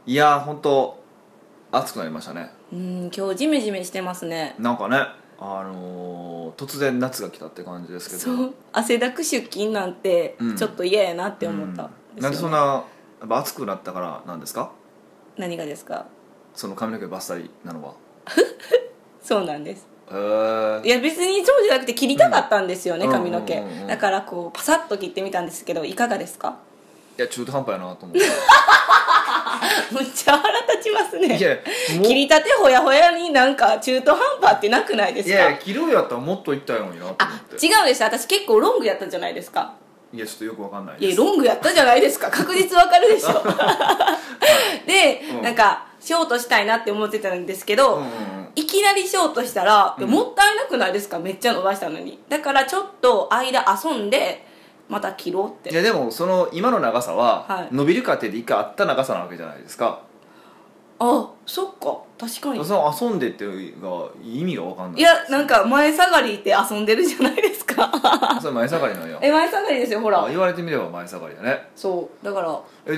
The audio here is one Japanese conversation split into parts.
いやー本当暑くなりましたね。 今日ジメジメしてますね。 なんかね突然夏が来たって感じですけど、 そう、汗だく出勤なんてちょっと嫌やなって思ったんですよね。 なんでそんなやっぱ暑くなったからなんですか？ 何がですか？ その髪の毛バッサリなのは。 そうなんです。 へー。 いや別にそうじゃなくて切りたかったんですよね、 うん髪の毛、 うんうんうんだからこうパサッと切ってみたんですけど、いかがですか？ いや中途半端やなと思ってむっちゃ腹立ちますね。 いやもう切りたてほやほやになんか中途半端ってなくないですか？ いや切るやったらもっといったようになと思あ、 って違うんです。私結構ロングやったじゃないですか。 いやちょっとよくわかんないいやです。 ロングやったじゃないですか、確実わかるでしょで、 うんなんかショートしたいなって思ってたんですけど、 うんうんうんいきなりショートしたら、 うんもったいなくないですか？めっちゃ伸ばしたのに。だからちょっと間遊んでまた切ろうって。 いやでもその今の長さは、 はい伸びる過程で一回あった長さなわけじゃないですか。 あ、そっか、確かに。 その遊んでっていうのが意味がわかんない。 いや、なんか前下がりって遊んでるじゃないですかそれ前下がりなんや。 前下がりですよ、ほら。 言われてみれば前下がりだね。 そうだから、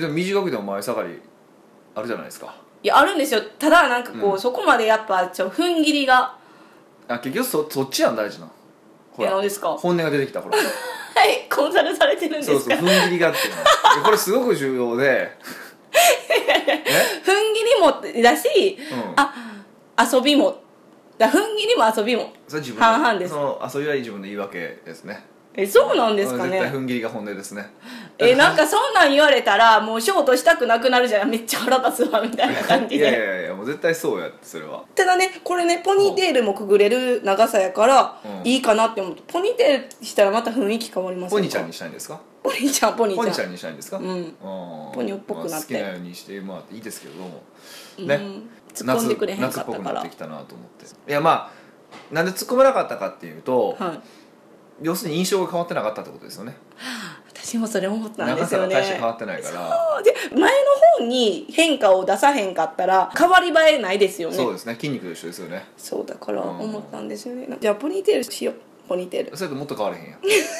でも短くても前下がりあるじゃないですか。 いやあるんですよ。ただなんかこう、 うんそこまでやっぱ踏ん切りが。 結局そっちやん大事な。ほら何ですか？ 本音が出てきた。ほらはいコンサルされてるんですか？ そうそう踏ん切りがっていうのいやこれすごく重要で踏ん切りもだし、遊びも踏ん切りも遊びもそれ自分半々です。 その遊びは自分の言い訳ですね。 そうなんですか絶対ね。 踏ん切りが本音ですね。 なんかそんなん言われたらもうショートしたくなくなるじゃん。めっちゃ腹立つわみたいな感じいやいで。 やいやもう絶対そうやってそれは。 ただね、これねポニーテールもくぐれる長さやからうんいいかなって思って、ポニーテールしたらまた雰囲気変わりますポニちゃんにしたいんですか？ ポニちゃんポニちゃんポニちゃんにしたいんですか？ うんポポニョっぽくなって好きなようにしてもらっていいですけどもうんね、 突っ込んでくれへんかった夏っぽくからなってきたなと思って。いやまあなんで突っ込めなかったかっていうと、 はい要するに印象が変わってなかったってことですよね。 私もそれ思ったんで長さすよね。 が大して変わってないからそうで前の方に変化を出さへんかったら変わり映えないですよね。 そうですね、筋肉と一緒ですよね。 そうだから思ったんですよね。じゃあポニーテールしよう。ポニーテールそれともっと変われへんやん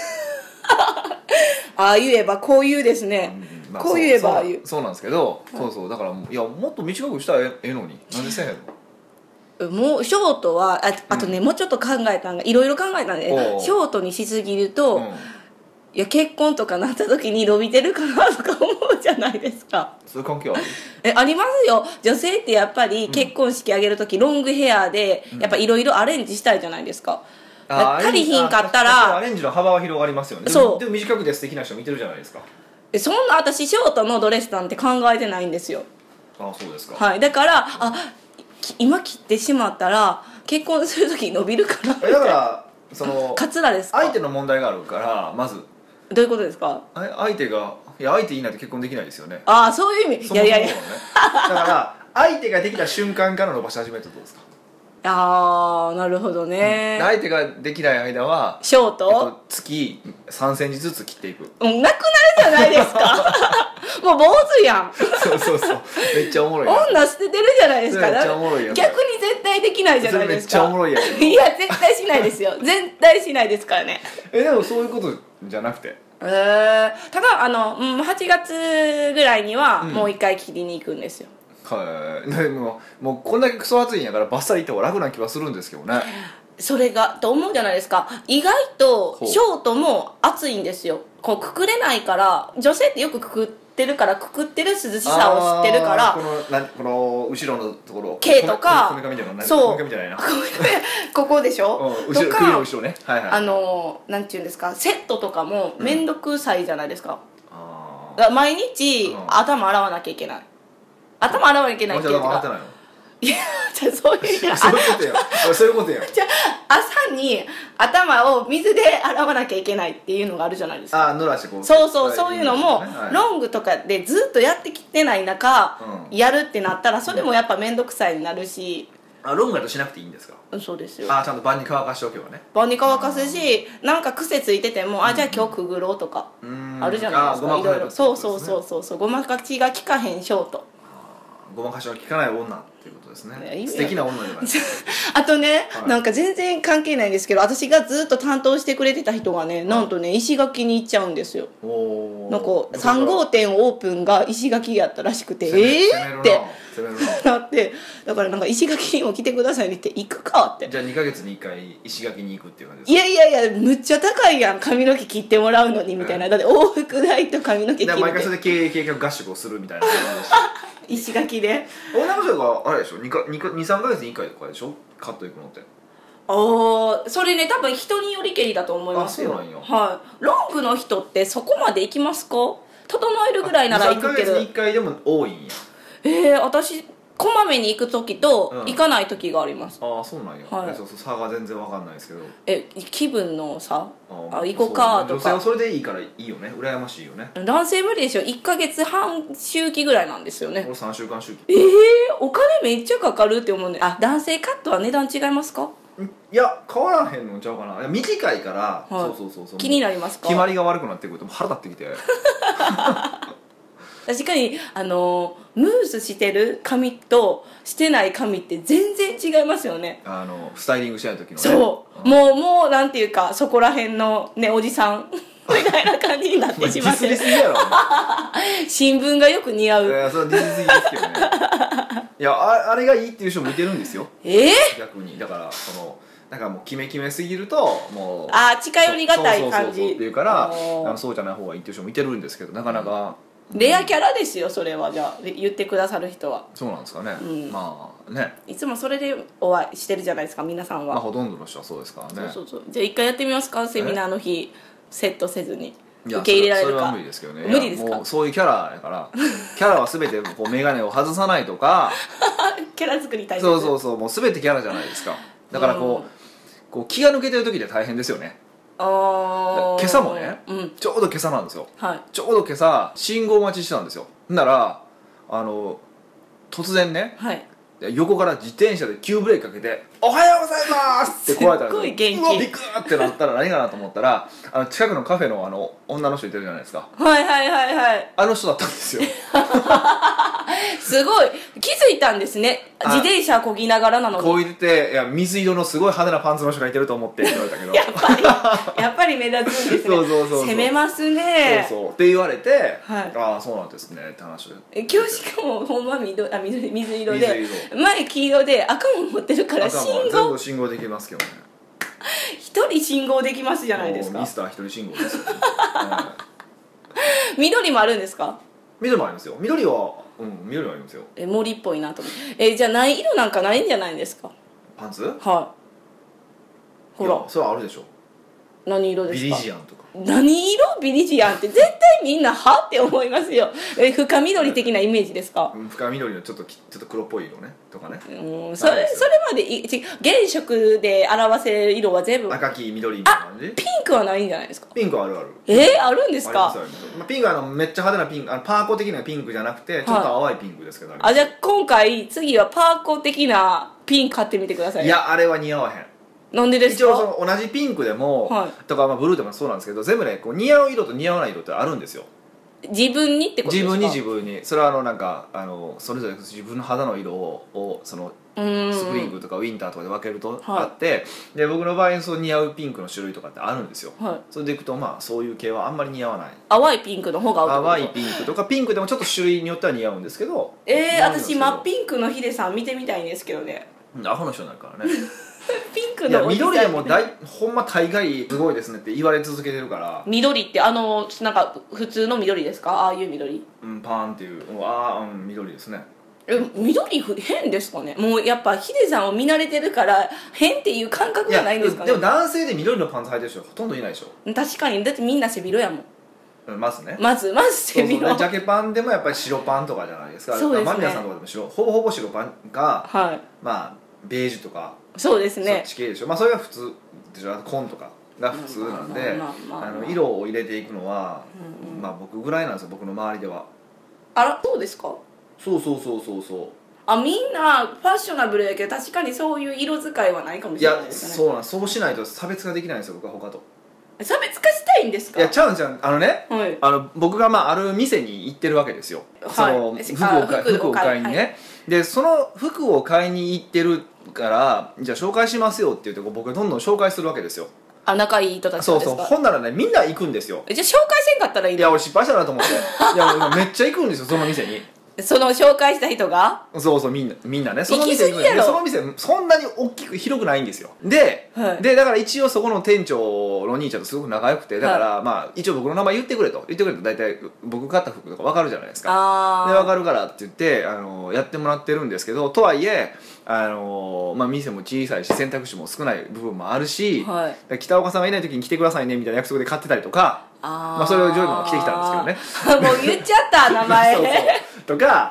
ああ言えばこう言うですね、 まあこう言えばああ言う。 そうなんですけど、そうそうだからいやもっと短くしたらええのになんでせえへんの。 もうショートはあとね、もうちょっと考えたんがいろいろ考えたんで、 おうショートにしすぎると、 うんいや結婚とかなった時に伸びてるかなとか思うじゃないですか。 そういう関係ある？ ありますよ。女性ってやっぱり結婚式挙げる時、ロングヘアでやっぱいろいろアレンジしたいじゃないですか。足りひんかったらアレンジの幅は広がりますよね。 そうでも短くて素敵な人見てるじゃないですか。 そんな私ショートのドレスなんて考えてないんですよ。 ああそうですか。 はいだから今切ってしまったら結婚する時伸びるかなみたいな。 だからそのカツラですか？ 相手の問題があるからまずどういうことですか？ 相手が相手いないと結婚できないですよね。 ああそういう意味。 そもそもねいやいやいやだから相手ができた瞬間から伸ばし始めるとどうですか？ ああなるほどね、 相手ができない間はショート、 月3センチずつ切っていく。 なくなるじゃないですかもう坊主やん。 そうそうそうめっちゃおもろいやん。 女捨ててるじゃないですか。 それめっちゃおもろいやん。 逆に絶対できないじゃないですか。 それめっちゃおもろいやん。 いや絶対しないですよ絶対しないですからね。 でもそういうことじゃなくてただ8月ぐらいにはもう一回切りに行くんですよ、 はいでもうこんだけクソ暑いんやからバッサリいった方が楽な気はするんですけどね。 それがと思うじゃないですか。意外とほうショートも暑いんですよ。こうくくれないから、女性ってよくくくってるからくくってる涼しさを知ってるからこの後ろのところ毛とかこめかみじゃないそうこめかみじゃないなここでしょ、 後とかろ首の後ろねはいはいなんていうんですか、セットとかも面倒くさいじゃないですか、 あだから毎日うん頭洗わなきゃいけない。頭洗わなきゃいけないあっていうかじゃあってないのいやじゃあそういう意味そういうことやそういうことやじゃあ朝に頭を水で洗わなきゃいけないっていうのがあるじゃないですか。 濡らしてこうそういうのも、 はいロングとかでずっとやってきてない中、 うんやるってなったらそれもやっぱ面倒くさいになるし、 ロングだとしなくていいんですか？ そうですよ。 ちゃんと晩に乾かしておけばね。 晩に乾かすし、なんか癖ついててもじゃあ今日くぐろうとかあるじゃないですか。いろいろそうごまかしが効かへんショートごまかしは効かない女っていうことですね。 いや意味素敵な女じゃないですか。 あとね、 はいなんか全然関係ないんですけど、私がずっと担当してくれてた人がね、なんとね石垣に行っちゃうんですよ。 おなんか3号店オープンが石垣やったらしくて、 攻めって攻めるななって、だからなんか石垣にも来てくださいねって行くかって。 じゃあ2ヶ月に1回石垣に行くっていう感じですか。 いやいやいや、むっちゃ高いやん、髪の毛切ってもらうのにみたいな。だって往復代と髪の毛切るで毎回それで経営計画合宿をするみたいな感じでし石垣で。 女の人があれでしょ、23ヶ月に1回とかでしょ、カット行くのって。 それね多分人によりけりだと思いますよ。 あそうなんや。 はい。ロングの人ってそこまで行きますか？整えるぐらいなら行くけど。 3ヶ月に1回でも多いんや。 私こまめに行く時とうん行かない時があります、 ああそうなんや、 はいそう差が全然わかんないですけど。 気分の差。 あ行こうかとか。 女性はそれでいいからいいよね、羨ましいよね。 男性無理でしょ。1ヶ月半周期ぐらいなんですよね。 俺3週間周期。 お金めっちゃかかるって思うね。男性カットは値段違いますか？ いや変わらへんのちゃうかな。いや短いから、 はいそう気になりますか？ 決まりが悪くなってくるともう腹立ってきて確かにムースしてる髪としてない髪って全然違いますよね。 スタイリングしない時のね。 そう、 んもうなんていうかそこら辺のねおじさんみたいな感じになってしまってる。 ディスりすぎやろ新聞がよく似合う。 いやそれはディスりすぎですけどねいやあれがいいっていう人もいてるんですよ逆に。だからなんかもうキメキメすぎるともう近寄りがたい感そうってじいうからそうじゃない方がいいっていう人もいてるんですけど、なかなか、 レアキャラですよそれは。じゃあ言ってくださる人はそうなんですかね、まあね、 いつもそれでお会いしてるじゃないですか皆さんは。 まあほとんどの人はそうですからね。 そうじゃあ一回やってみますか、セミナーの日セットせずにいや受け入れられるか。 それは無理ですけどね。 無理ですか？ いやもうそういうキャラやからキャラは全てこう眼鏡を外さないとかキャラ作りたい。 そうもう全てキャラじゃないですか。だからこう気が抜けてる時で大変ですよね。今朝もね、ちょうど今朝なんですよ、 はい、 ちょうど今朝信号待ちしてたんですよ。なら突然ね、 はい、 横から自転車で急ブレーキかけて「おはようございます」って来られたんですよ。 すっごい元気。 うわビクーってなったら何かなと思ったら近くのカフェの女の人いてるじゃないですか。 はい、 あの人だったんですよすごい気づいたんですね。自転車こぎながらなのにこう言って「いや水色のすごい派手なパンツの人がいてると思って」って言われたけどやっぱり目立つんですね。 そう攻めますね。 そうって言われて、 はい、 ああそうなんですねって話を。 今日しかもほんま水色で水前黄色で赤も持ってるから全部信号できますけどね。 一人信号できますじゃないですか。 ミスター一人信号ですよ、ね緑もあるんですか？ 緑もありますよ。緑は緑はありますよ。 森っぽいなと思って。じゃあない色なんかないんじゃないんですか？ パンツ？ はい。ほらそれはあるでしょ。 何色ですか？ ビリジアンとか。 何色ビリジアンって絶対みんなはって思いますよ。深緑的なイメージですか？ 深緑のちょっと黒っぽい色ねとかね。 それまで原色で表せる色は全部赤黄緑みたいな感じ。 ピンクはないんじゃないですか？ ピンクはあるある。 あるんですか？ ピンクはめっちゃ派手なピンク、パーコ的なピンクじゃなくてちょっと淡いピンクですけど、 じゃあ今回次はパーコ的なピン買ってみてください。 いやあれは似合わへん。 なんでですか？ 一応同じピンクでも、とかブルーでもそうなんですけど、全部ねこう似合う色と似合わない色ってあるんですよ。 自分にってことですか？ 自分にそれはなんかそれぞれ自分の肌の色をスプリングとかウィンターとかで分けるとあって、で僕の場合そう似合うピンクの種類とかってあるんですよ、それでいくとそういう系はあんまり似合わない。 淡いピンクの方が合う。 淡いピンクとかピンクでもちょっと種類によっては似合うんですけど、 私真っピンクのヒデさん見てみたいんですけどね。 アホの人になるからねピンクのおじさん。 緑でもほんま大概すごいですねって言われ続けてるから。 緑ってなんか普通の緑ですか？ああいう緑、 パーンっていう緑ですね。 緑変ですかね？もうやっぱヒデさんを見慣れてるから変っていう感覚がないんですかね？ でも男性で緑のパンツ履いてる人ほとんどいないでしょ。 確かに。だってみんな背広やもん。 まずね、 まず背広。 ジャケパンでもやっぱり白パンとかじゃないですか。 そうですね。 マミヤさんとかでもほぼほぼ白パンか、ベージュとかそうですね、 そっち系でしょ。それが普通でしょ。紺とかが普通なんで、色を入れていくのは、僕ぐらいなんですよ、僕の周りでは。 そうですか？ そうみんなファッショナブルやけど確かにそういう色使いはないかもしれないですね。 そうしないと差別ができないんですよ僕は他と。 差別化したいんですか？ いやちゃうんちゃう、 はい、 僕がある店に行ってるわけですよ、 はい、 その服を買いにね、はい、でその服を買いに行ってるからじゃあ紹介しますよって言って僕がどんどん紹介するわけですよ。 仲いい人たちですか？そうそう、ほんならねみんな行くんですよ。 じゃあ紹介せんかったらいいの？ いや俺失敗したなと思っていやめっちゃ行くんですよその店に。 その紹介した人がそうそうみんなねその店そんなに大きく広くないんですよ。で、はい、だから一応そこの店長の兄ちゃんとすごく仲良くて、だから、はい、まあ一応僕の名前言ってくれと大体僕買った服とか分かるじゃないですか。で分かるからって言ってやってもらってるんですけど、とはいえまあ、店も小さいし選択肢も少ない部分もあるし、はい、北岡さんがいない時に来てくださいねみたいな約束で買ってたりとか、まあ、それをジョイマンが着てきたんですけどねもう言っちゃった名前そうとか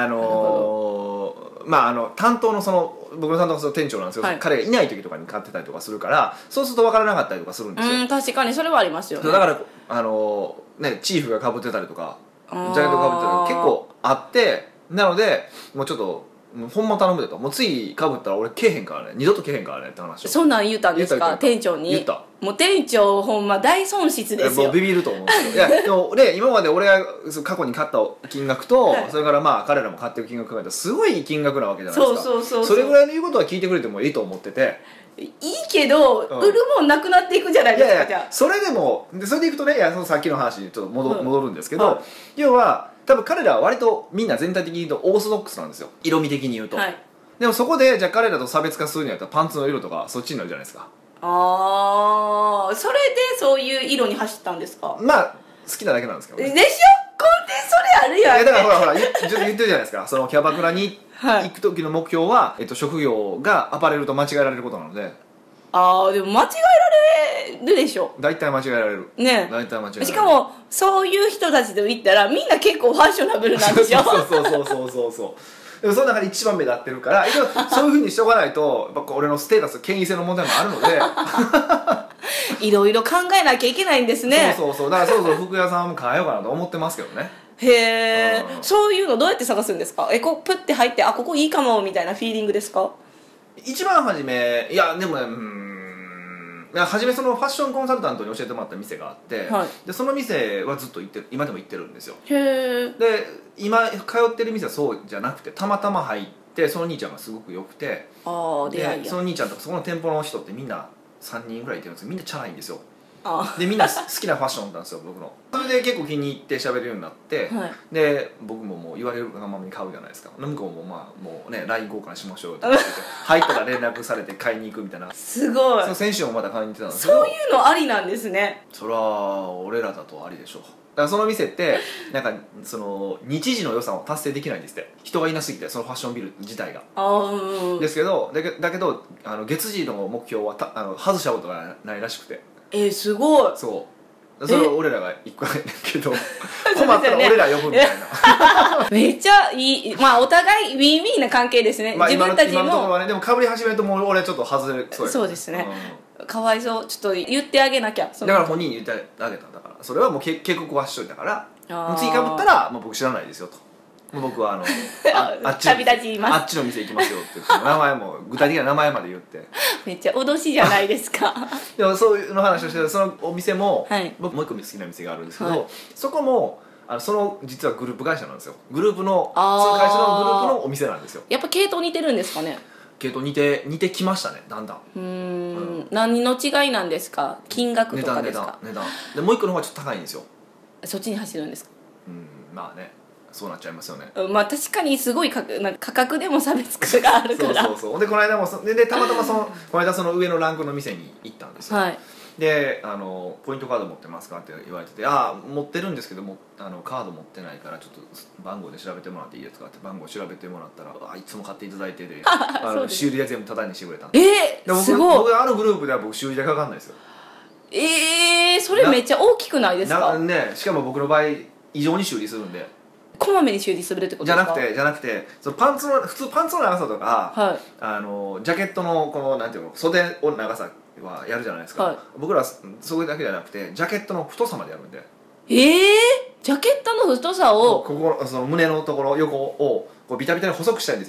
まあ担当の僕の担当の店長なんですけど、はい、彼がいない時とかに買ってたりとかするから、そうすると分からなかったりとかするんですよ。 確かにそれはありますよね。 だからねチーフが被ってたりとかジャケット被ってたりとか結構あって、なのでもうちょっとほんま頼むでと、もう次かぶったら俺けえへんからね、二度とけえへんからねって話を。 そんなん言ったんですか？店長に言った。 もう店長ほんま大損失ですよ。 もうビビると思うんですよ。いやでもね今まで俺が過去に買った金額と、はい、それからまあ彼らも買ってる金額考えたらすごい金額なわけじゃないですか。それぐらいの言うことは聞いてくれてもいいと思ってて、 いいけど、売るもんなくなっていくじゃないですか。じゃあそれでもそれでいくとね、いやそのさっきの話にちょっと戻るんですけど、はい、要は多分彼らは割とみんな全体的に言うとオーソドックスなんですよ、色味的に言うと、はい、でもそこでじゃあ彼らと差別化するにはパンツの色とかそっちになるじゃないですか。 ああ、それでそういう色に走ったんですか？ まあ好きなだけなんですけどね。 でしょ、根底それあるよね。 だからほら言ってるじゃないですか、そのキャバクラに行く時の目標は、職業がアパレルと間違えられることなので。 ああ、でも間違えられるでしょ。 大体間違えられるね。 大体間違えられる。 しかもそういう人たちで行ったらみんな結構ファッショナブルなんでしょ。 そうでもその中で一番目立ってるから、そういうふうにしておかないとやっぱ俺のステータス権威性の問題もあるのでいろいろ考えなきゃいけないんですね。 そうだからそろそろ服屋さんも変えようかなと思ってますけどね。 へえ、そういうのどうやって探すんですか？プッて入って、あ、ここいいかもみたいなフィーリングですか？ 一番初め、いやでもね、初めそのファッションコンサルタントに教えてもらった店があって、はい、でその店はずっと今でも行ってるんですよ。 へえ。 で今通ってる店はそうじゃなくて、たまたま入ってその兄ちゃんがすごく良くて、でその兄ちゃんとかそこの店舗の人ってみんな3人ぐらいいてるんですけど、みんなチャラいんですよ。でみんな好きなファッションなんですよ僕の。それで結構気に入って喋れるようになって、はい、で僕ももう言われるがままに買うじゃないですか。向こうもまあもうね LINE 交換しましょうって言って入ったら連絡されて買いに行くみたいな。 すごい。 その先週もまた買いに行ってたんですけど、 そういうのありなんですね。 それは俺らだとありでしょう。だからその店ってなんかその日時の予算を達成できないんですって、人がいなすぎて、そのファッションビル自体が。ですけどだけど月次の目標は外したことがないらしくて。 すごい。 そうそれを俺らが一個やねんけど困ったら俺ら呼ぶみたいなめっちゃいい。まあお互いウィンウィンな関係ですね、 まあ、 自分たちも。 今のところはね。でも被り始めるともう俺ちょっと外れそうですね、かわいそう。ちょっと言ってあげなきゃ。 だから本人に言ってあげたんだから、それはもう警告はしといたから、次被ったらもう僕知らないですよと、僕はあっちの店行きますよって言って名前も具体的な名前まで言ってめっちゃ脅しじゃないですかでもそういうの話をして、そのお店も、 はい、 僕もう一個好きな店があるんですけど、はい、そこもその実はグループ会社なんですよ。グループのその会社のグループのお店なんですよ。 やっぱ系統似てるんですかね？ 系統似てきましたね、だんだん。 何の違いなんですか？金額とかですか？ 値段でもう一個の方がちょっと高いんですよ。 そっちに走るんですか？ まあね、そうなっちゃいますよね。 まあ確かにすごい価格でも差別化があるからそうでこの間もでたまたまこの間その上のランクの店に行ったんですよ、はい、でポイントカード持ってますかって言われてて、持ってるんですけどもカード持ってないからちょっと番号で調べてもらっていいですかって番号調べてもらったら、いつも買っていただいてで修理代全部タダにしてくれたんですごい。 僕グループでは僕修理代かかんないですよ。 それめっちゃ大きくないですか？ しかも僕の場合異常に修理するんで。 こまめに修理するってことですか？ じゃなくてその普通パンツの長さとか、はい、ジャケットのこのなんていうの袖の長さはやるじゃないですか、はい、僕らはそれだけじゃなくてジャケットの太さまでやるんで。 ジャケットの太さをここその胸のところ横をこうビタビタに細くしたいんですよ。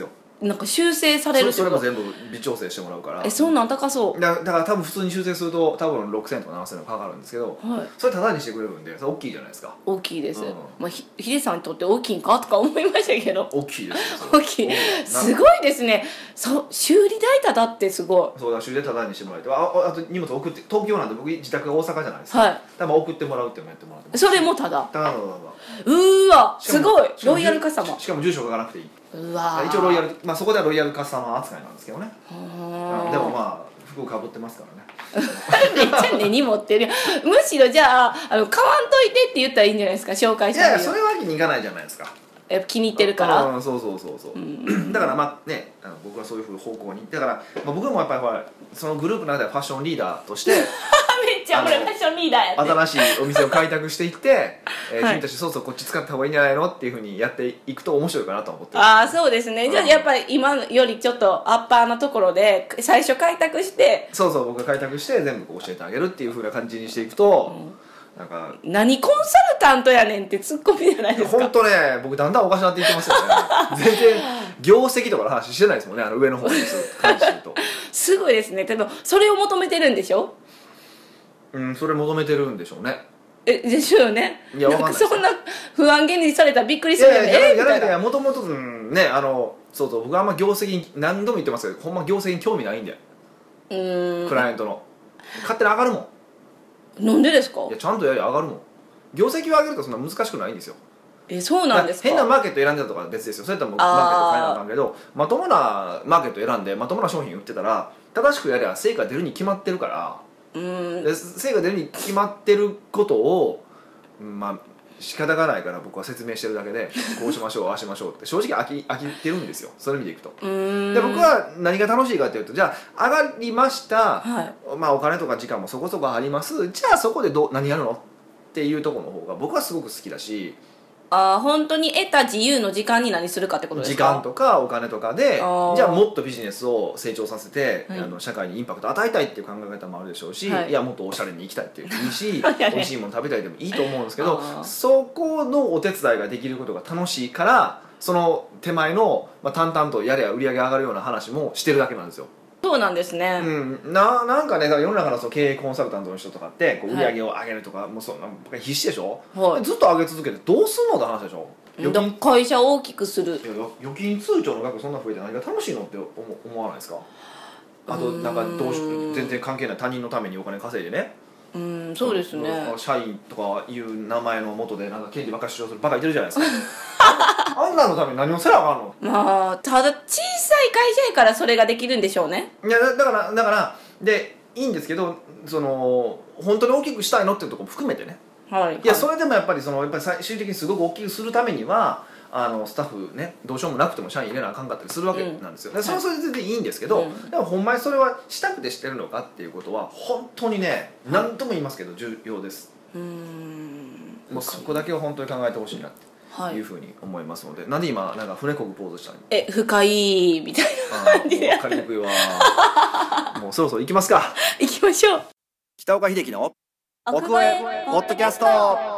なんか修正されるってそれも全部微調整してもらうから。 そんなん高そう。 だから多分普通に修正すると多分6000とか7000とかかかるんですけど、はい、それタダにしてくれるんで、それ大きいじゃないですか。 大きいです、まあ、ヒデさんにとって大きいんかとか思いましたけど。 大きいです大きい。すごいですね。修理代タダってすごい。 そうだ、修理代タダにしてもらえて、あと荷物送って、東京なんで僕自宅が大阪じゃないですか、はい、多分送ってもらうっていうのやってもらってます。 それもタダ。 タダうわすごい。ロイヤルカスタマー。 しかも住所書かなくていい。 うわ一応ロイヤル、まあ、そこではロイヤルカスタマー扱いなんですけどね。でもまあ服かぶってますからね。 めっちゃ根に持ってる。むしろじゃあ買わんといてって言ったらいいんじゃないですか、紹介して。 いやいや、それはわけにいかないじゃないですか。 気に入ってるから。 そう、だからまあね、僕はそういう方向にだから、まあ、僕もやっぱりほらそのグループの中ではファッションリーダーとしてめっちゃ俺ファッションリーダーやって新しいお店を開拓していって、君たちそうそうこっち使った方がいいんじゃないのっていうふうにやっていくと面白いかなと思ってる。 ああそうですね、じゃあやっぱり今よりちょっとアッパーなところで最初開拓して、 そう僕が開拓して全部教えてあげるっていうふうな感じにしていくと、なんか何コンサルタントやねんってツッコミじゃないですか。 本当ね、僕だんだんおかしなっていってますよね。全然業績とかの話してないですもんね、上の方に感じると。 すごいですね。でもそれを求めてるんでしょ。 それ求めてるんでしょうね。 でしょうね。 いや、わかんないです。 そんな不安げにされたらびっくりするよね。 いやもともとね、そう僕はあんま業績に何度も言ってますけど、ほんま業績に興味ないんで。クライアントの勝手に上がるもん。 なんでですか。 いや、ちゃんとやりゃ上がるもん。業績を上げるとそんな難しくないんですよ。 そうなんですか。 変なマーケット選んでたとかは別ですよ。それともマーケット変えなあかんけど、まともなマーケット選んでまともな商品売ってたら正しくやりゃ成果出るに決まってるから、成果出るに決まってることをまあ仕方がないから僕は説明してるだけで、こうしましょうああしましょうって正直飽きてるんですよ、そういう意味でいくと。で僕は何が楽しいかというと、じゃあ上がりました、まあお金とか時間もそこそこあります、じゃあそこで何やるのっていうところの方が僕はすごく好きだし、 本当に得た自由の時間に何するかってことですか。 時間とかお金とかで、じゃあもっとビジネスを成長させて、社会にインパクト与えたいっていう考え方もあるでしょうし、いやもっとおしゃれに行きたいっていういいし美味しいもの食べたいでもいいと思うんですけど、そこのお手伝いができることが楽しいから、その手前の、淡々とやれば売り上げ上がるような話もしてるだけなんですよ。 そうなんですね。 なんかね、世の中のその経営コンサルタントの人とかってこう売り上げを上げるとか、もうそんな必死でしょ、ずっと上げ続けてどうすんのって話でしょ。 会社を大きくする。 預金通帳の額そんな増えて何が楽しいのって思わないですか。あとなんか全然関係ない他人のためにお金稼いでね、 そうですね。 社員とかいう名前の下でなんか権利ばっかり主張するバカいてるじゃないですか。あんなのために何をせなあかんの。 まあただ小さい会社やからそれができるんでしょうね。 いやだからでいいんですけど、その本当に大きくしたいのっていうところも含めてね、いやそれでもやっぱり最終的にすごく大きくするためにはスタッフね、どうしようもなくても社員入れなあかんかったりするわけなんですよ。それはそれで全然いいんですけど、でもほんまにそれはしたくてしてるのかっていうことは本当にね、何度も言いますけど重要です。もうそこだけを本当に考えてほしいなっていうふうに思いますので、なんで今なんか船こぐポーズしたの。 深いみたいな感じで。 分かりにくいわ。もうそろそろ行きますか。 行きましょう。 北岡秀樹の奥越えポッドキャスト。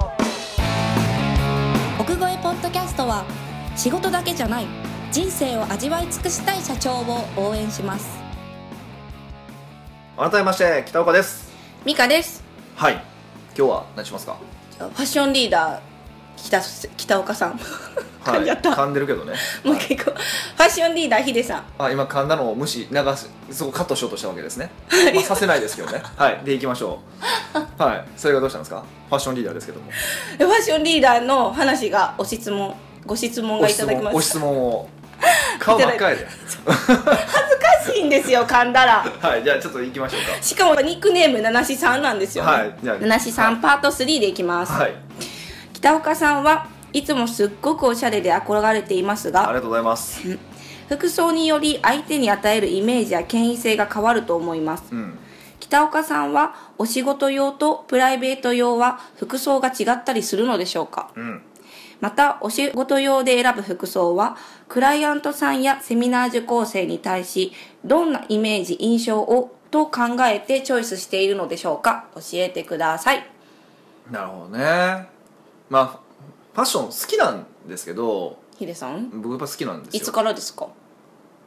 奥越えポッドキャストは仕事だけじゃない人生を味わい尽くしたい社長を応援します。 改めまして北岡です。 美香です。 はい、今日は何しますか。 ファッションリーダー北岡さん。 噛んじゃった。噛んでるけどね。 もう結構ファッションリーダーヒデさん。 今噛んだのを流す、そこカットしようとしたわけですね。させないですけどね。はい、で行きましょう。はい、それがどうしたんですか。ファッションリーダーですけども。 ファッションリーダーの話がご質問がいただきました。 ご質問を顔真っ赤やで。 恥ずかしいんですよ、噛んだら。 はい、じゃあちょっと行きましょうか。 しかもニックネーム七志さんなんですよね。 はい、じゃあ七志さんパート3でいきます。 はい。 北岡さんはいつもすっごくおしゃれで憧れていますが、 ありがとうございます。 服装により相手に与えるイメージや権威性が変わると思います。北岡さんはお仕事用とプライベート用は服装が違ったりするのでしょうか。またお仕事用で選ぶ服装はクライアントさんやセミナー受講生に対しどんなイメージ印象をと考えてチョイスしているのでしょうか。教えてください。 なるほどね。まあファッション好きなんですけど。 ヒデさん、 僕やっぱ好きなんですよ。 いつからですか。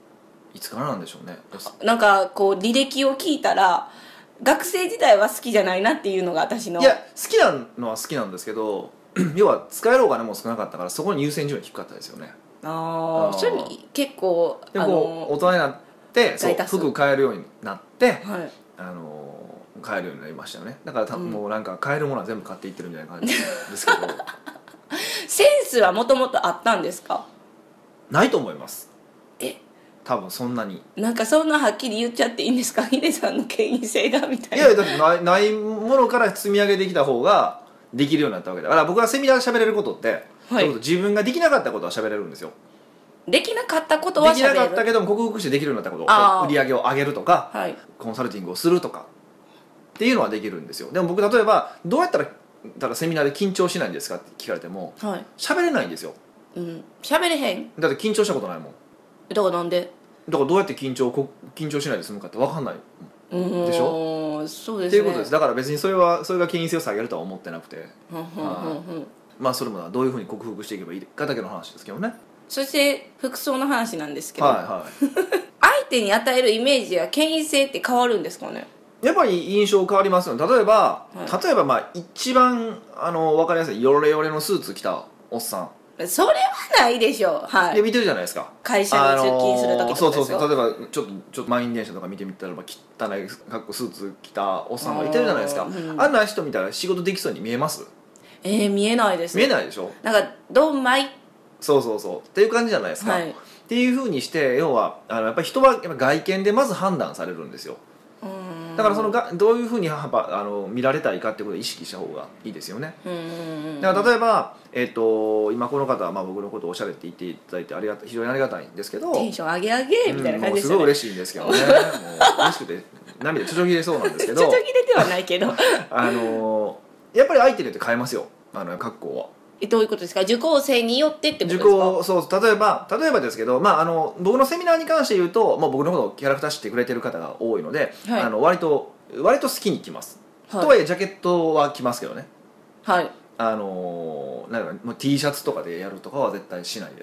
いつからなんでしょうね。 なんかこう履歴を聞いたら学生時代は好きじゃないなっていうのが私の。 いや好きなのは好きなんですけど要は使えるお金も少なかったからそこに優先順位低かったですよね。 それに結構でも大人になってそう服買えるようになって、はい、買えるようになりましたよね。だからもうなんか買えるものは全部買っていってるみたいな感じですけどセンスはもともとあったんですか？ ないと思います。多分そんなになんかそんなはっきり言っちゃっていいんですか？ヒデさんの権威性がみたいな。 いやだってないものから積み上げてきた方ができるようになったわけだから僕はセミナーで喋れることって、はい、自分ができなかったことは喋れるんですよ。 できなかったことは喋れる。できなかったけども克服してできるようになったこと売り上げを上げるとか、はい、コンサルティングをするとかっていうのはできるんですよ。でも僕例えばどうやったらセミナーで緊張しないんですかって聞かれても喋れないんですよ。 喋れへん。 だって緊張したことないもん。 だからなんで？ だからどうやって緊張しないで済むかって分かんないでしょ。 そうですね。 っていうことです。だから別にそれが権威性を下げるとは思ってなくて、まあそれもどういうふうに克服していけばいいかだけの話ですけどね。 そして服装の話なんですけど、 はいはい、 相手に与えるイメージや権威性って変わるんですかね？ やっぱり印象変わりますよね。例えばまあ一番分かりやすいヨレヨレのスーツ着たおっさん、 それはないでしょう。はい。 で見てるじゃないですか。 会社に出勤する時とかですよ。 そう例えばちょっと満員電車とか見てみたら汚い格好スーツ着たおっさんがいてるじゃないですか。あんな人見たら仕事できそうに見えます？ 見えないです。 見えないでしょ。 なんかドンマイそうっていう感じじゃないですか。はい、っていうふうにして要はやっぱり人はやっぱ外見でまず判断されるんですよ。だからどういうふうに見られたいかってことを意識した方がいいですよね。だから例えば、今この方は僕のことをおしゃれって言っていただいて非常にありがたいんですけど、 テンション上げ上げみたいな感じですよね。 もうすごい嬉しいんですけどねもう嬉しくて涙ちょちょぎれそうなんですけどちょちょぎれてはないけどやっぱり相手によって変えますよ格好は。 どういうことですか？受講生によってってことですか？ そう例えばですけど、僕のセミナーに関して言うと、僕のことをキャラクター知ってくれてる方が多いので、はい、割と好きに着ます、はい、とはいえジャケットは着ますけどね。はいなんかもう T シャツとかでやるとかは絶対しないです。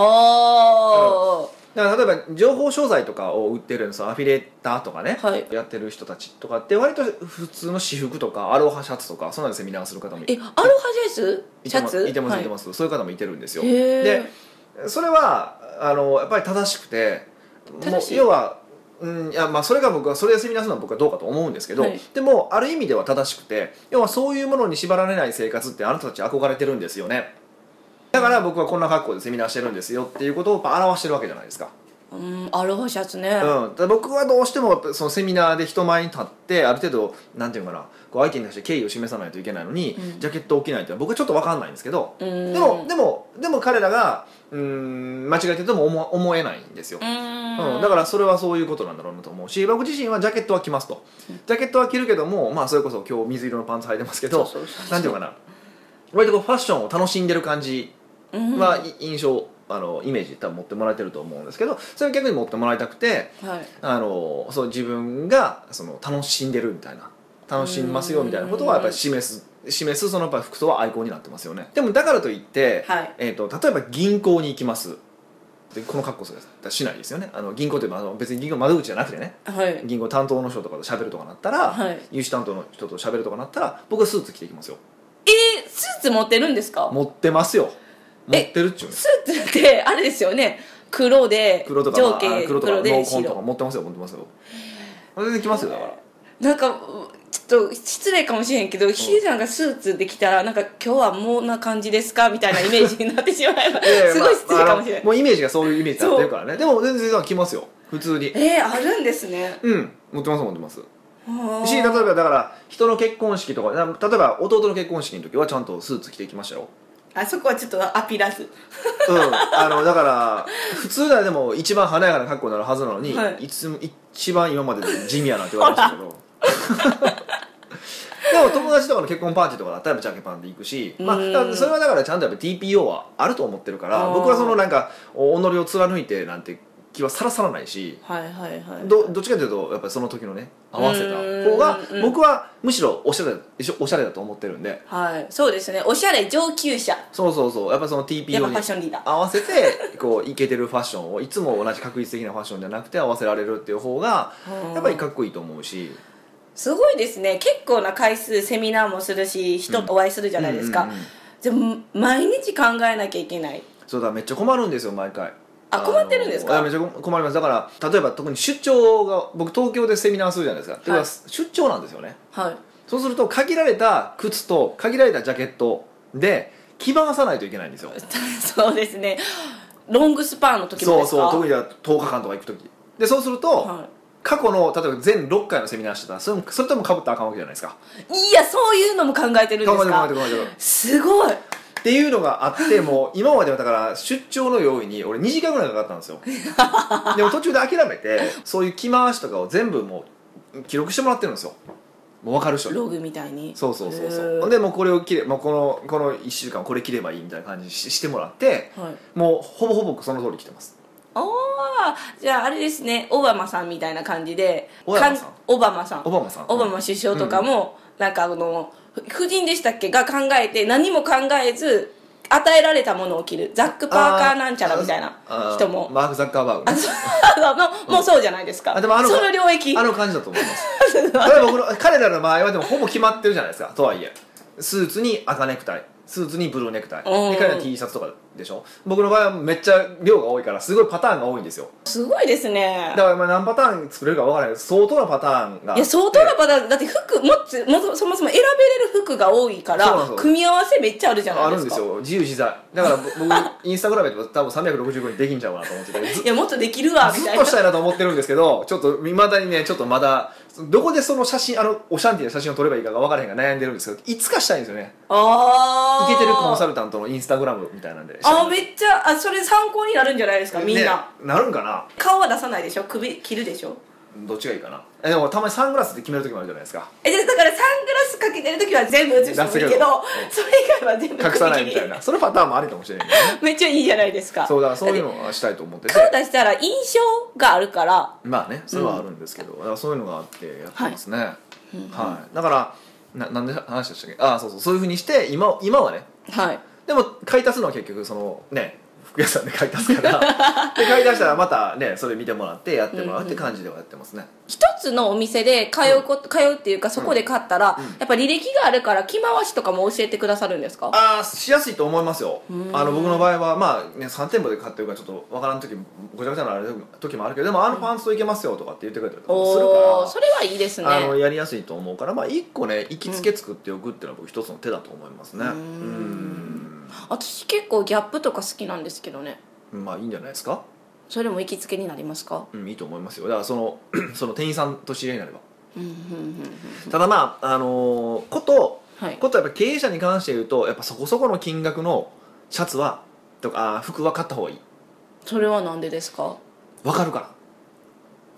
だから例えば情報商材とかを売ってるアフィリエーターとかね、はい、やってる人たちとかって割と普通の私服とかアロハシャツとかそんなのセミナーする方もアロハシャツいてます、そういう方もいてるんですよ。でそれはやっぱり正しくて要は、それがそれでセミナーするのは僕はどうかと思うんですけど、はい、でもある意味では正しくて要はそういうものに縛られない生活ってあなたたち憧れてるんですよね。だから僕はこんな格好でセミナーしてるんですよっていうことを表してるわけじゃないですか。 アロハシャツね。 僕はどうしてもそのセミナーで人前に立ってある程度なんていうかな相手に対して敬意を示さないといけないのに、ジャケットを着ないって僕はちょっと分かんないんですけど、でも彼らが間違えてても思えないんですよ。だからそれはそういうことなんだろうなと思うし、僕自身はジャケットは着ますと。ジャケットは着るけども、それこそ今日水色のパンツ履いてますけど、なんていうかな割とファッションを楽しんでる感じは印象イメージ多分持ってもらえてると思うんですけど、それを逆に持ってもらいたくて、はい、そう自分が楽しんでるみたいな楽しみますよみたいなことはやっぱり示すそのやっぱ服装はアイコンになってますよね。でもだからといって、はい、例えば銀行に行きますでこの格好しないですよね。銀行って別に銀行窓口じゃなくてね、はい、銀行担当の人とかと喋るとかなったら、はい、融資担当の人と喋るとかなったら僕はスーツ着ていきますよ。 スーツ持ってるんですか？ 持ってますよ。持ってるっちゅうね。 スーツってあれですよね、黒で黒とか上下黒とかノーコンとか持ってますよ。全然着ますよ。だからなんかちょっと失礼かもしれんけど、ヒデさんがスーツで着たらなんか今日はもうな感じですかみたいなイメージになってしまいますすごい失礼かもしれない。 もうイメージがそういうイメージになってるからね。でも全然着ますよ普通に。 あるんですね。 持ってますし、例えばだから人の結婚式とか例えば弟の結婚式の時はちゃんとスーツ着てきましたよ。 そこはちょっとアピらずだから普通ならでも一番華やかな格好になるはずなのに、はい、一番今まで地味やなって言われましたけどでも友達とかの結婚パーティーとかだったらジャケパンで行くし、それはだからちゃんとやっぱ TPO はあると思ってるから、僕はなんか己を貫いてなんて気はさらさらないし、 はいはいはい、 どっちかというとやっぱりその時のね合わせた方が僕はむしろおしゃれだと思ってるんで、 はい、そうですね、おしゃれ上級者、 そうやっぱその TPO に合わせてこうイケてるファッションをいつも同じ確率的なファッションじゃなくて合わせられるっていう方がやっぱりかっこいいと思うし、 すごいですね。結構な回数セミナーもするし人とお会いするじゃないですか、でも毎日考えなきゃいけない。 そうだ、めっちゃ困るんですよ毎回。 困ってるんですか？ めっちゃ困ります。だから例えば特に出張が僕東京でセミナーするじゃないですか、はい、出張なんですよね、はい、そうすると限られた靴と限られたジャケットで着回さないといけないんですよそうですね、ロングスパンの時もですか？ そう特に10日間とか行く時で、そうすると、はい、過去の例えば全6回のセミナーしてたらそれともかぶったらあかんわけじゃないですか。 いや、そういうのも考えてるんですか？考えてるすごいっていうのがあっても今まではだから出張の用意に俺2時間ぐらいかかったんですよでも途中で諦めてそういう着回しとかを全部もう記録してもらってるんですよ、もう分かる人にログみたいに。 そうでもうこれを着れ、もうこの1週間これ着ればいいみたいな感じにしてもらって、はい、もうほぼほぼその通り着てます。 じゃああれですね、オバマさんみたいな感じで、オバマ首相とかも、なんか夫人でしたっけが考えて何も考えず与えられたものを着る、ザック・パーカーなんちゃらみたいな人も、 マーク・ザッカーバーグ、ね、 もうそうじゃないですか。 でもその領域感じだと思います彼らの場合はでもほぼ決まってるじゃないですか。とはいえスーツに赤ネクタイ、スーツにブルーネクタイで、彼ら T シャツとかでしょ。僕の場合はめっちゃ量が多いからすごいパターンが多いんですよ。 すごいですね。 だから何パターン作れるか分からないけど相当なパターンが、 いや相当なパターンだって、そもそも選べれる服が多いから組み合わせめっちゃあるじゃないですか。 あるんですよ、自由自在だから僕インスタグラムで多分365日できんちゃうかなと思ってていやもっとできるわみたいな、 ずっとしたいなと思ってるんですけど、ちょっと未だにね、ちょっとまだどこでその写真オシャンティーな写真を撮ればいいかが分からへんが悩んでるんですけど、いつかしたいんですよね。イケてるコンサルタントのインスタグラムみたいなんで、 めっちゃそれ参考になるんじゃないですか、みんな、ね、 なるんかな。 顔は出さないでしょ、首切るでしょ。 どっちがいいかな。でもたまにサングラスで決める時もあるじゃないですか。 だからサングラスかけてる時は全部映してもいいけど、それ以外は全部隠さないみたいな、そのパターンもありかもしれないけどねめっちゃいいじゃないですか。 そうだからそういうのはしたいと思ってて、 顔出したら印象があるから、 まあね、それはあるんですけど、だからそういうのがあってやってますね、はい、だからなんで話でしたっけ。そういうふうにして今はね、はい、でも買い足すのは結局そのね、服屋さんで買い足すからで買い足したらまたねそれ見てもらってやってもらうって感じではやってますね。 一つのお店で通うっていうか、そこで買ったら、やっぱ履歴があるから着回しとかも教えてくださるんですか？ しやすいと思いますよ。僕の場合はまあ、ね、3店舗で買ってるからちょっとわからん時もごちゃごちゃな時もあるけど、でもパンツといけますよとかって言ってくれたりとかするから、 それはいいですね。 やりやすいと思うから、まあ1個ね行きつけ作っておくっていうのは僕一つの手だと思いますね。 私結構ギャップとか好きなんですけどね。 まあいいんじゃないですか。 それも行きつけになりますか？ いいと思いますよ。だからその店員さんと知り合いになれば。ただまあことやっぱ経営者に関して言うと、やっぱそこそこの金額のシャツはとか服は買った方がいい。 それはなんでですか？ 分かるから。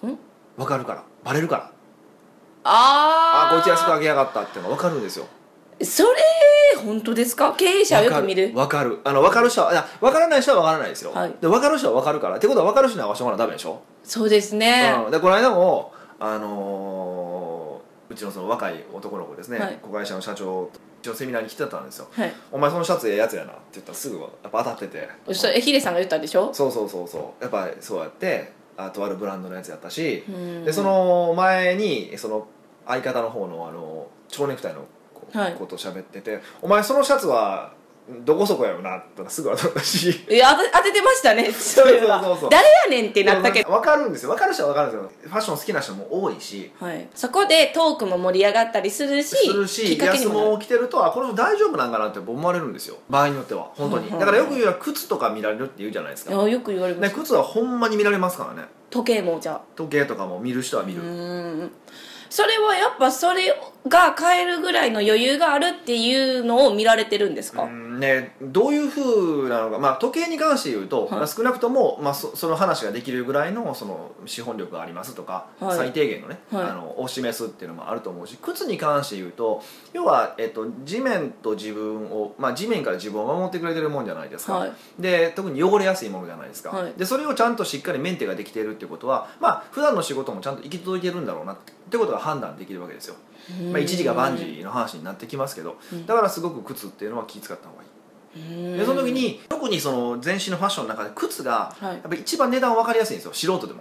分かるから、バレるから。こいつ安く上げやがったっていうのが分かるんですよ。 それ本当ですか？経営者はよく見る。 分かる分かる人は、分からない人は分からないですよ、はい、で分かる人は分かるから。ってことは分かる人に合わせてもらうのはダメでしょ。 そうですね、 でこの間もうちのその若い男の子ですね、はい、子会社の社長のセミナーに来てたんですよ、はい、お前そのシャツええやつやなって言ったらすぐやっぱ当たってて、 ヒデさんが言ったんでしょ。 そうやっぱりそうやってとあるブランドのやつやったし、でその前にその相方の方の蝶ネクタイのことを喋ってて、お前そのシャツはどこそこやろなってすぐ当たったし、 いや当ててましたね。そう誰やねんってなったけど、 分かるんですよ。分かる人は分かるんですよ。ファッション好きな人も多いし、 はい、そこでトークも盛り上がったりするし安物着てるとこの人大丈夫なんかなって思われるんですよ、場合によっては本当に、だからよく言うのは靴とか見られるって言うじゃないですか。 よく言われます、 靴はほんまに見られますからね。 時計もじゃあ時計とかも見る人は見る。 それはやっぱそれが買えるぐらいの余裕があるっていうのを見られてるんですか？ どういうふうなのか、まあ、時計に関して言うと、少なくとも、まあ、その話ができるぐらいのその資本力がありますとか、最低限のね、を示すっていうのもあると思うし、靴に関して言うと要は、地面と自分を、まあ、地面から自分を守ってくれてるもんじゃないですか、で特に汚れやすいものじゃないですか、でそれをちゃんとしっかりメンテができているっていうことは、まあ普段の仕事もちゃんと行き届いてるんだろうなってことが判断できるわけですよ。まあ、一時が万事の話になってきますけど、だからすごく靴っていうのは気を使った方がいい。でその時に特にその全身のファッションの中で靴がやっぱり一番値段分かりやすいんですよ、素人でも。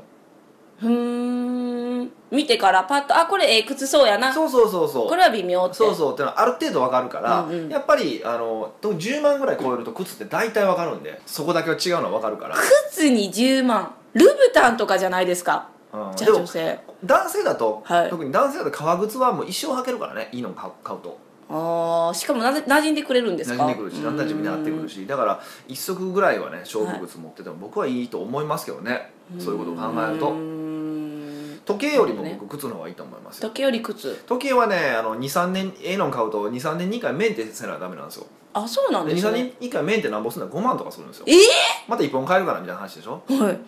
見てからパッとこれ靴そうやな、 そうこれは微妙ってそうってのはある程度分かるから、やっぱり特に10万ぐらい超えると靴って大体分かるんで、そこだけは違うのは分かるから。靴に10万、ルブタンとかじゃないですか。じゃあ女性、 男性だと、特に男性だと革靴はもう一生履けるからね、いいの買うと。 しかも馴染んでくれるんですか？ 馴染んでくるし、何たちみんな合ってくるし、だから一足ぐらいはね勝負靴持ってても僕はいいと思いますけどね、そういうことを考えると。時計よりも僕靴の方がいいと思いますよ。 時計より靴。 時計はね23年の買うと23年に1回メンテせなダメなんですよ。 そうなんですね。 23年に1回メンテなんぼするのは5万とかするんですよ。また1本買えるからみたいな話でしょ。 そんなに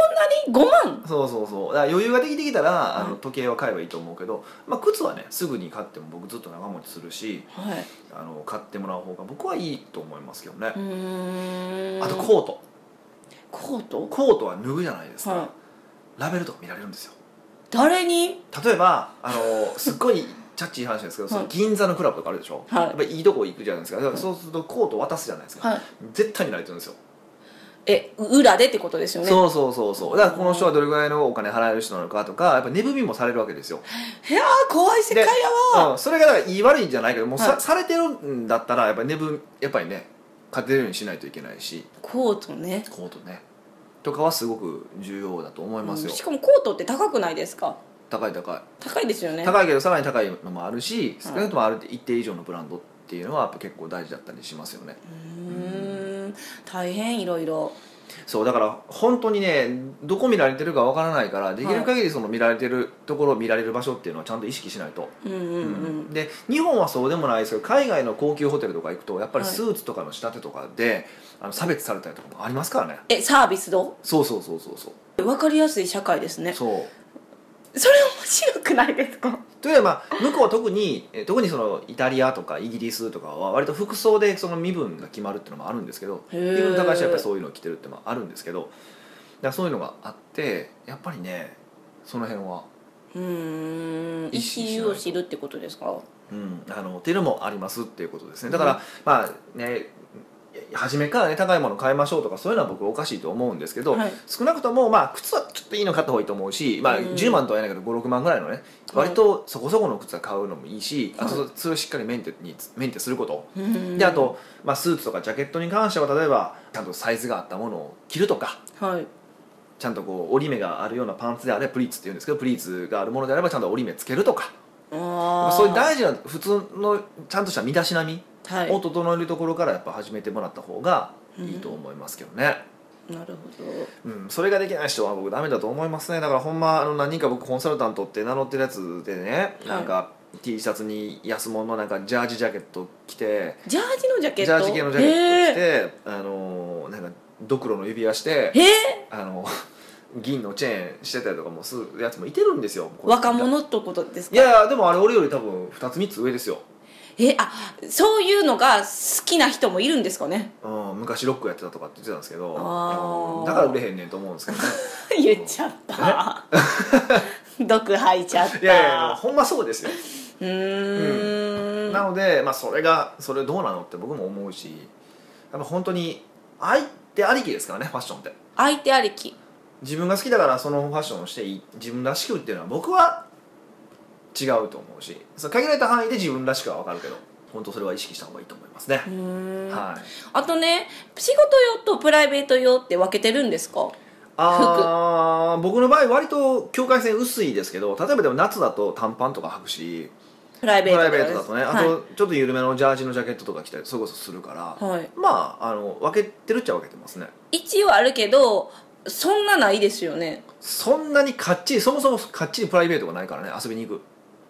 5万？ そうだから余裕ができてきたら時計は買えばいいと思うけど、まあ、靴はねすぐに買っても僕ずっと長持ちするし、買ってもらう方が僕はいいと思いますけどね。あとコートは脱ぐじゃないですか、ラベルとか見られるんですよ。 誰に？ 例えばすっごいチャッチー話ですけど、その銀座のクラブとかあるでしょ、やっぱりいいとこ行くじゃないですか。だからそうするとコート渡すじゃないですか、絶対見られてるんですよ。 裏でってことですよね。 そうだからこの人はどれぐらいのお金払える人なのかとか、やっぱ値踏みもされるわけですよ。 いや怖い世界やわ。 それがだからいい悪いんじゃないけども、されてるんだったらやっぱりやっぱりね勝てるようにしないといけないし、 コートねとかはすごく重要だと思いますよ。 しかもコートって高くないですか？高いですよね。 高いけどさらに高いのもあるし、少なくともある一定以上のブランドっていうのはやっぱ結構大事だったりしますよね。 大変いろいろ。 そうだから本当にねどこ見られてるかわからないから、できる限りその見られてるところを見られる場所っていうのはちゃんと意識しないと。で日本はそうでもないですけど、海外の高級ホテルとか行くとやっぱりスーツとかの仕立てとかで差別されたりとかもありますからね。 サービス度？ そう分かりやすい社会ですね。 そうそれ面白くないですか？ というのは向こうは特にそのイタリアとかイギリスとかは割と服装でその身分が決まるっていうのもあるんですけど、身分高い人はやっぱりそういうのを着てるっていうのもあるんですけど、だからそういうのがあってやっぱりねその辺は意思を知るってことですか？ っていうのもありますっていうことですね。だからまあね初めからね高いもの買いましょうとかそういうのは僕おかしいと思うんですけど、少なくともまあ靴はちょっといいの買った方がいいと思うし、まあ、10万とは言えないけど5、6万ぐらいのね割とそこそこの靴は買うのもいいし、あとそれをしっかりメンテすること、であと、まあ、スーツとかジャケットに関しては例えばちゃんとサイズがあったものを着るとか、ちゃんとこう折り目があるようなパンツであればプリーツっていうんですけど、プリーツがあるものであればちゃんと折り目つけるとか、そういう大事な普通のちゃんとした身だしなみを整えるところからやっぱ始めてもらった方がいいと思いますけどね。 なるほど、 それができない人は僕ダメだと思いますね。だからほんま何人か僕コンサルタントって名乗ってるやつでね、なんか T シャツに安物のなんかジャージジャケット着て、 ジャージのジャケット、 ジャージ系のジャケット着てなんかドクロの指輪して銀のチェーンしてたりとかもするやつもいてるんですよ。 若者ってことですか？ いやでもあれ俺より多分2つ3つ上ですよ。 そういうのが好きな人もいるんですかね。 昔ロックやってたとかって言ってたんですけど、だから売れへんねんと思うんですけどね。 言っちゃった毒吐いちゃった。 いやほんまそうですよ。なので、まあ、それどうなのって僕も思うし、やっぱ本当に相手ありきですからね、ファッションって。 相手ありき。 自分が好きだからそのファッションをしていい、自分らしくっていうのは僕は違うと思うし、限られた範囲で自分らしくは分かるけど本当それは意識した方がいいと思いますね。 あとね、仕事用とプライベート用って分けてるんですか？ 僕の場合割と境界線薄いですけど、例えばでも夏だと短パンとか履くし、 プライベートだとね、あとちょっと緩めのジャージのジャケットとか着たりそれこそするから、まあ分けてるっちゃ分けてますね。 一応あるけどそんなないですよね。 そんなにかっちり、そもそもかっちりプライベートがないからね、遊びに行く。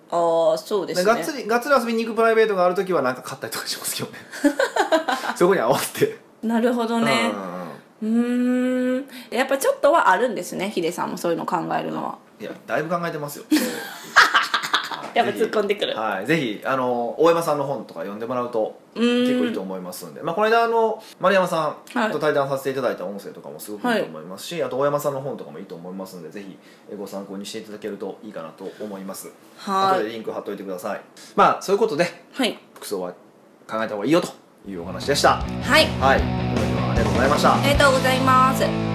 ああそうですね。 がっつり遊びに行くプライベートがある時はなんか買ったりとかしますけどねそこに合わせて。 なるほどね。やっぱちょっとはあるんですね、ヒデさんもそういうの考えるのは。 いやだいぶ考えてますよやっぱ突っ込んでくる。 はい、ぜひ大山さんの本とか読んでもらうと結構いいと思いますんで、この間丸山さんと対談させていただいた音声とかもすごくいいと思いますし、あと大山さんの本とかもいいと思いますので、ぜひご参考にしていただけるといいかなと思います。後でリンク貼っといてください。そういうことで、服装は考えた方がいいよというお話でした。 はい、 はい、ありがとうございました。 ありがとうございます。